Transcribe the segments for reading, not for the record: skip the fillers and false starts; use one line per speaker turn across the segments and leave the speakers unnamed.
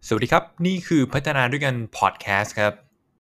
สวัสดีครับนี่คือพัฒนาด้วยกันพอดแคสต์ครับ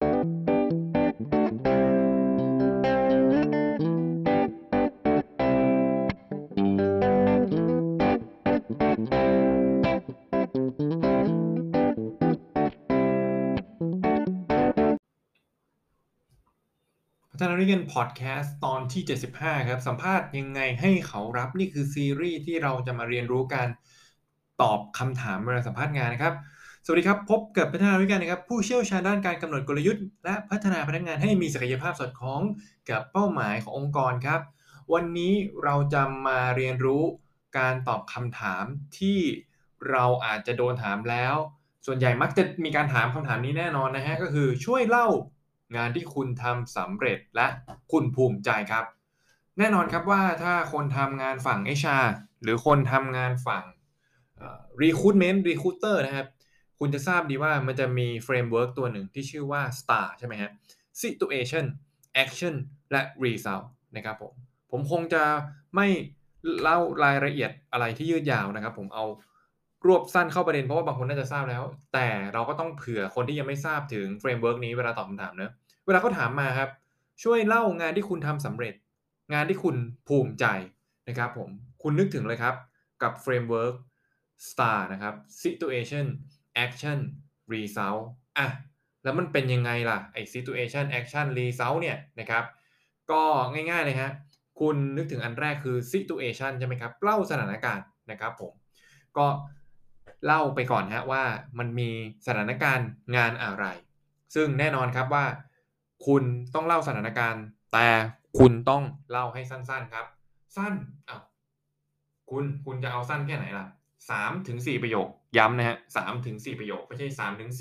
พัฒนาด้วยกันพอดแคสต์ตอนที่75ครับสัมภาษณ์ยังไงให้เขารับนี่คือซีรีส์ที่เราจะมาเรียนรู้การตอบคำถามเวลาสัมภาษณ์งานนะครับสวัสดีครับพบกับพัฒนาด้วยกันนะครับผู้เชี่ยวชาญด้านการกำหนดกลยุทธ์และพัฒนาพนักงานให้มีศักยภาพสอดคล้องกับเป้าหมายขององค์กรครับวันนี้เราจะมาเรียนรู้การตอบคำถามที่เราอาจจะโดนถามแล้วส่วนใหญ่มักจะมีการถามคำถามนี้แน่นอนนะฮะก็คือช่วยเล่างานที่คุณทำสำเร็จและคุณภูมิใจครับแน่นอนครับว่าถ้าคนทำงานฝั่ง HR หรือคนทำงานฝั่งrecruitment recruiter นะครับคุณจะทราบดีว่ามันจะมีเฟรมเวิร์กตัวหนึ่งที่ชื่อว่า STAR ใช่ไหมฮะ Situation Action และ Result นะครับผมคงจะไม่เล่ารายละเอียดอะไรที่ยืดยาวนะครับผมเอารวบสั้นเข้าประเด็นเพราะว่าบางคนน่าจะทราบแล้วแต่เราก็ต้องเผื่อคนที่ยังไม่ทราบถึงเฟรมเวิร์กนี้เวลาตอบคำถามเนอะเวลาเขาถามมาครับช่วยเล่างานที่คุณทำสำเร็จงานที่คุณภูมิใจนะครับผมคุณนึกถึงเลยครับกับเฟรมเวิร์ก STAR นะครับ Situation Action Result อ่ะแล้วมันเป็นยังไงล่ะไอ้ Situation Action Result เนี่ยนะครับก็ง่ายๆเลยฮะคุณนึกถึงอันแรกคือ Situation ใช่ไหมครับเล่าสถานการณ์นะครับผมก็เล่าไปก่อนฮะว่ามันมีสถานการณ์งานอะไรซึ่งแน่นอนครับว่าคุณต้องเล่าสถานการณ์แต่คุณต้องเล่าให้สั้นๆครับสั้นอ้าวคุณจะเอาสั้นแค่ไหนล่ะ3-4ประโยคย้ำนะฮะ3-4ประโยคไม่ใช่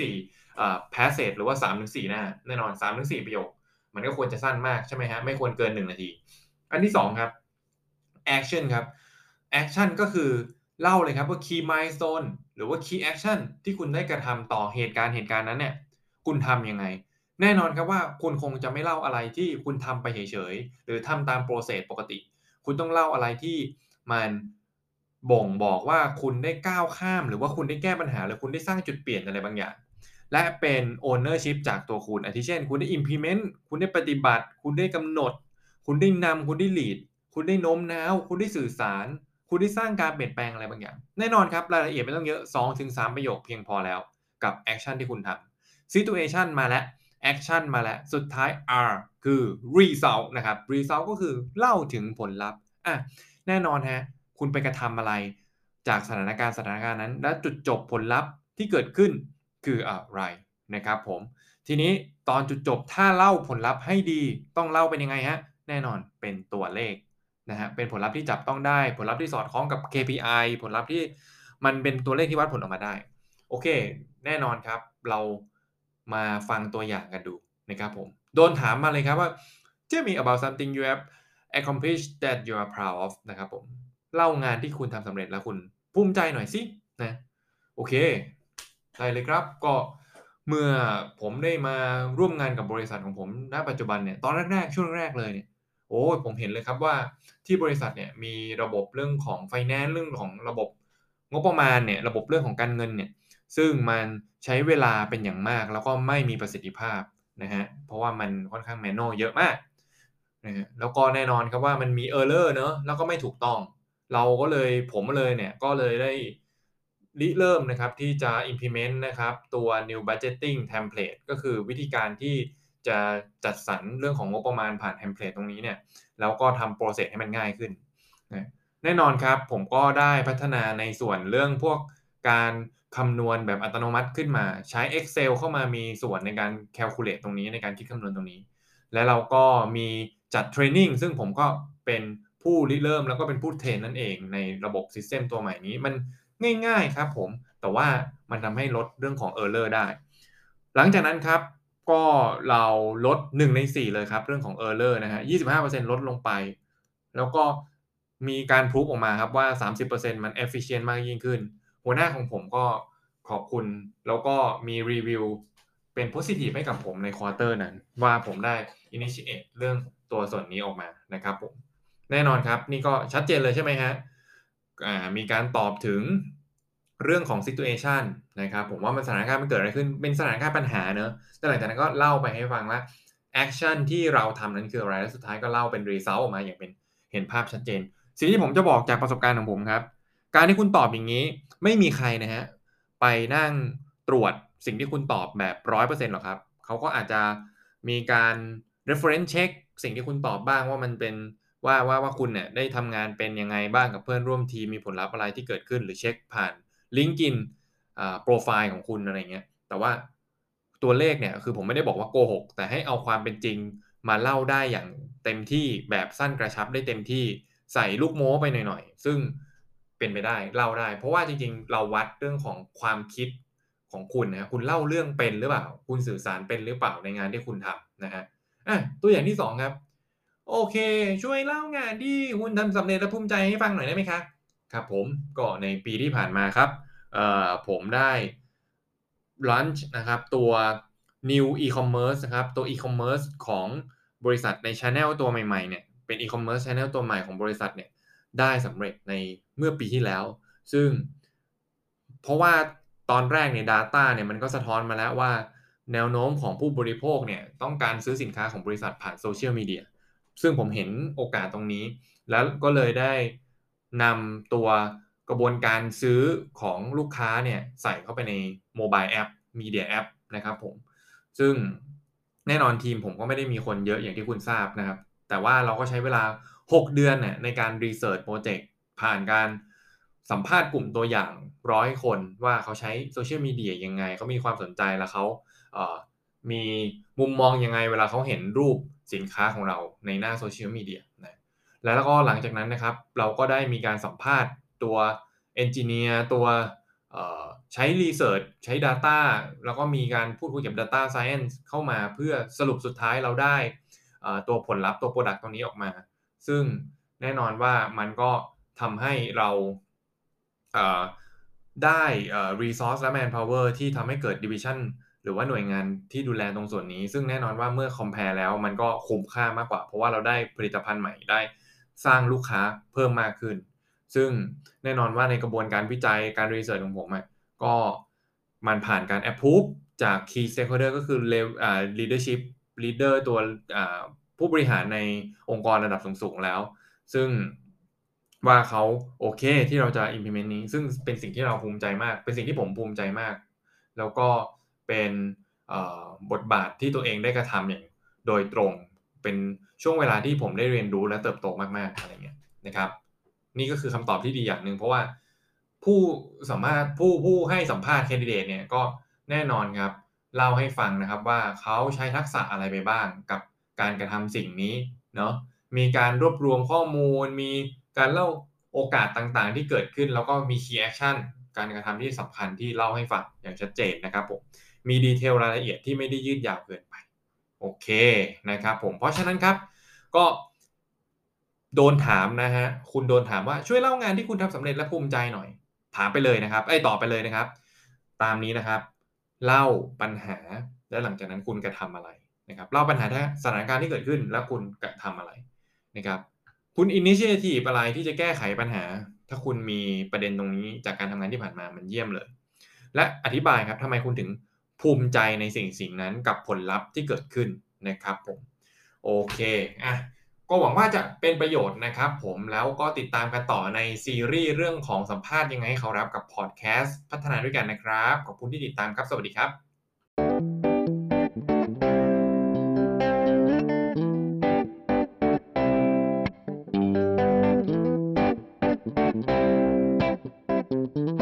3-4passage หรือว่า3-4หน้าแน่นอน3-4ประโยคมันก็ควรจะสั้นมากใช่ไหมฮะไม่ควรเกิน1นาทีอันที่2ครับ action ครับ action ก็คือเล่าเลยครับว่า key milestone หรือว่า key action ที่คุณได้กระทำต่อเหตุการณ์นั้นเนี่ยคุณทำยังไงแน่นอนครับว่าคุณคงจะไม่เล่าอะไรที่คุณทำไปเฉยๆหรือทำตาม process ปกติคุณต้องเล่าอะไรที่มันบ่งบอกว่าคุณได้ก้าวข้ามหรือว่าคุณได้แก้ปัญหาหรือคุณได้สร้างจุดเปลี่ยนอะไรบางอย่างและเป็น ownership จากตัวคุณอาทิเช่นคุณได้ implement คุณได้ปฏิบัติคุณได้กำหนดคุณได้นำคุณได้ lead คุณได้โน้มน้าวคุณได้สื่อสารคุณได้สร้างการเปลี่ยนแปลงอะไรบางอย่างแน่นอนครับรายละเอียดไม่ต้องเยอะ2-3ประโยคเพียงพอแล้วกับแอคชั่นที่คุณทำ situation มาแล้วแอคชั่นมาแล้วสุดท้าย R คือ result นะครับ result ก็คือเล่าถึงผลลัพธ์แน่นอนฮะคุณไปกระทำอะไรจากสถานการณ์นั้นและจุดจบผลลัพธ์ที่เกิดขึ้นคืออะไรนะครับผมทีนี้ตอนจุดจบถ้าเล่าผลลัพธ์ให้ดีต้องเล่าเป็นยังไงฮะแน่นอนเป็นตัวเลขนะฮะเป็นผลลัพธ์ที่จับต้องได้ผลลัพธ์ที่สอดคล้องกับ KPI ผลลัพธ์ที่มันเป็นตัวเลขที่วัดผลออกมาได้โอเคแน่นอนครับเรามาฟังตัวอย่างกันดูนะครับผมโดนถามมาเลยครับว่า Tell me about something you have accomplished that you are proud of นะครับผมเล่างานที่คุณทำสำเร็จแล้วคุณภูมิใจหน่อยสินะโอเคได้เลยครับก็เมื่อผมได้มาร่วมงานกับบริษัทของผมณปัจจุบันเนี่ยตอนแรกๆช่วงแรกเลยเนี่ยโอ้ผมเห็นเลยครับว่าที่บริษัทเนี่ยมีระบบเรื่องของไฟแนนซ์เรื่องของระบบงบประมาณเนี่ยระบบเรื่องของการเงินเนี่ยซึ่งมันใช้เวลาเป็นอย่างมากแล้วก็ไม่มีประสิทธิภาพนะฮะเพราะว่ามันค่อนข้าง manual เยอะมากนะฮะแล้วก็แน่นอนครับว่ามันมี error เนาะแล้วก็ไม่ถูกต้องผมเลยเนี่ยก็เลยได้ริเริ่มนะครับที่จะ implement นะครับตัว new budgeting template ก็คือวิธีการที่จะจัดสรรเรื่องของงบประมาณผ่านเทมเพลตตรงนี้เนี่ยแล้วก็ทำ process ให้มันง่ายขึ้นนะแน่นอนครับผมก็ได้พัฒนาในส่วนเรื่องพวกการคำนวณแบบอัตโนมัติขึ้นมาใช้ Excel เข้ามามีส่วนในการ calculate ตรงนี้ในการคิดคำนวณตรงนี้และเราก็มีจัดเทรนนิงซึ่งผมก็เป็นผู้ริเริ่มแล้วก็เป็นผู้เทรนนั่นเองในระบบ System ตัวใหม่นี้มันง่ายๆครับผมแต่ว่ามันทำให้ลดเรื่องของ Error ได้หลังจากนั้นครับก็เราลด1ใน4เลยครับเรื่องของ Error นะครับ25%ลดลงไปแล้วก็มีการพรูฟออกมาครับว่า30%มัน efficient มากยิ่งขึ้นหัวหน้าของผมก็ขอบคุณแล้วก็มีรีวิวเป็น positive ให้กับผมในควอเตอร์นั้นว่าผมได้ initiate เรื่องตัวส่วนนี้ออกมานะครับผมแน่นอนครับนี่ก็ชัดเจนเลยใช่ไหมฮะมีการตอบถึงเรื่องของ situation นะครับผมว่ามันสถานการณ์มันเกิดอะไรขึ้นเป็นสถานการณ์ปัญหาเนาะแล้วหลังจากนั้นก็เล่าไปให้ฟังว่าแอกชันที่เราทำนั้นคืออะไรแล้วสุดท้ายก็เล่าเป็น result ออกมาอย่างเป็นเห็นภาพชัดเจนสิ่งที่ผมจะบอกจากประสบการณ์ของผมครับการที่คุณตอบอย่างงี้ไม่มีใครนะครับไปนั่งตรวจสิ่งที่คุณตอบแบบ 100% หรอกครับเขาก็อาจจะมีการ reference check สิ่งที่คุณตอบบ้างว่ามันเป็นว่าคุณเนี่ยได้ทำงานเป็นยังไงบ้างกับเพื่อนร่วมทีมมีผลลัพธ์อะไรที่เกิดขึ้นหรือเช็กผ่าน LinkedIn โปรไฟล์ของคุณอะไรอย่างเงี้ยแต่ว่าตัวเลขเนี่ยคือผมไม่ได้บอกว่าโกหกแต่ให้เอาความเป็นจริงมาเล่าได้อย่างเต็มที่แบบสั้นกระชับได้เต็มที่ใส่ลูกโม้ไปหน่อยๆซึ่งเป็นไปได้เล่าได้เพราะว่าจริงๆเราวัดเรื่องของความคิดของคุณนะครับคุณเล่าเรื่องเป็นหรือเปล่าคุณสื่อสารเป็นหรือเปล่าในงานที่คุณทำนะฮะตัวอย่างที่2ครับโอเคช่วยเล่างานที่คุณทำสำเร็จและภูมิใจให้ฟังหน่อยได้ไหมคะครับผมก็ในปีที่ผ่านมาครับ ผมได้ลันช์นะครับตัว New E-commerce นะครับตัว E-commerce ของบริษัทใน Channel ตัวใหม่ๆเนี่ยเป็น E-commerce Channel ตัวใหม่ของบริษัทเนี่ยได้สำเร็จในเมื่อปีที่แล้วซึ่งเพราะว่าตอนแรกเนี่ย Data เนี่ยมันก็สะท้อนมาแล้วว่าแนวโน้มของผู้บริโภคเนี่ยต้องการซื้อสินค้าของบริษัทผ่าน Social Media ซึ่งผมเห็นโอกาสตรงนี้แล้วก็เลยได้นำตัวกระบวนการซื้อของลูกค้าเนี่ยใส่เข้าไปในโมบายแอปมีเดียแอปนะครับผมซึ่งแน่นอนทีมผมก็ไม่ได้มีคนเยอะอย่างที่คุณทราบนะครับแต่ว่าเราก็ใช้เวลา6เดือนเนี่ยในการรีเสิร์ชโปรเจกต์ผ่านการสัมภาษณ์กลุ่มตัวอย่าง100คนว่าเขาใช้โซเชียลมีเดียยังไงเขามีความสนใจแล้วเขามีมุมมองยังไงเวลาเขาเห็นรูปสินค้าของเราในหน้าโซเชียลมีเดียนะแล้วก็หลังจากนั้นนะครับเราก็ได้มีการสัมภาษณ์ตัวเอนจิเนียร์ตัวใช้รีเสิร์ชใช้ Data แล้วก็มีการพูดคุยกับ Data Science เข้ามาเพื่อสรุปสุดท้ายเราได้ตัวผลลัพธ์ตัว Product ตรงนี้ออกมาซึ่งแน่นอนว่ามันก็ทำให้เราเอ่อได้resource และ manpower ที่ทำให้เกิด division หรือว่าหน่วยงานที่ดูแลตรงส่วนนี้ซึ่งแน่นอนว่าเมื่อ compare แล้วมันก็คุ้มค่ามากกว่าเพราะว่าเราได้ผลิตภัณฑ์ใหม่ได้สร้างลูกค้าเพิ่มมากขึ้นซึ่งแน่นอนว่าในกระบวนการวิจัยการรีเสิร์ชของผมอะก็มันผ่านการ approve จาก key stakeholder ก็คือ leadership leader ตัวผู้บริหารในองค์กรระดับสูงๆแล้วซึ่งว่าเขาโอเคที่เราจะ implement นี้ซึ่งเป็นสิ่งที่เราภูมิใจมากเป็นสิ่งที่ผมภูมิใจมากแล้วก็เป็นบทบาทที่ตัวเองได้กระทำอย่างโดยตรงเป็นช่วงเวลาที่ผมได้เรียนรู้และเติบโตมากๆอะไรเงี้ยนะครับนี่ก็คือคำตอบที่ดีอย่างหนึ่งเพราะว่าผู้สามารถผู้ให้สัมภาษณ์แคนดิเดตเนี่ยก็แน่นอนครับเล่าให้ฟังนะครับว่าเขาใช้ทักษะอะไรไปบ้างกับการกระทำสิ่งนี้เนาะมีการรวบรวมข้อมูลมีการเล่าโอกาสต่างๆที่เกิดขึ้นแล้วก็มี key action การกระทำที่สำคัญที่เล่าให้ฟังอย่างชัดเจนนะครับผมมีดีเทลรายละเอียดที่ไม่ได้ยืดยาวเกินไปโอเคนะครับผมเพราะฉะนั้นครับก็โดนถามนะฮะคุณโดนถามว่าช่วยเล่างานที่คุณทำสำเร็จและภูมิใจหน่อยถามไปเลยนะครับตอบไปเลยนะครับตามนี้นะครับเล่าปัญหาแล้วหลังจากนั้นคุณกระทำอะไรนะครับเล่าปัญหาสถานการณ์ที่เกิดขึ้นแล้วคุณกระทำอะไรนะครับคุณ initiative อะไรที่จะแก้ไขปัญหาถ้าคุณมีประเด็นตรงนี้จากการทำงานที่ผ่านมามันเยี่ยมเลยและอธิบายครับทำไมคุณถึงภูมิใจในสิ่งนั้นกับผลลัพธ์ที่เกิดขึ้นนะครับผมโอเคก็หวังว่าจะเป็นประโยชน์นะครับผมแล้วก็ติดตามกันต่อในซีรีส์เรื่องของสัมภาษณ์ยังไงให้เขารับกับพอดแคสต์พัฒนาด้วยกันนะครับขอบคุณที่ติดตามครับสวัสดีครับ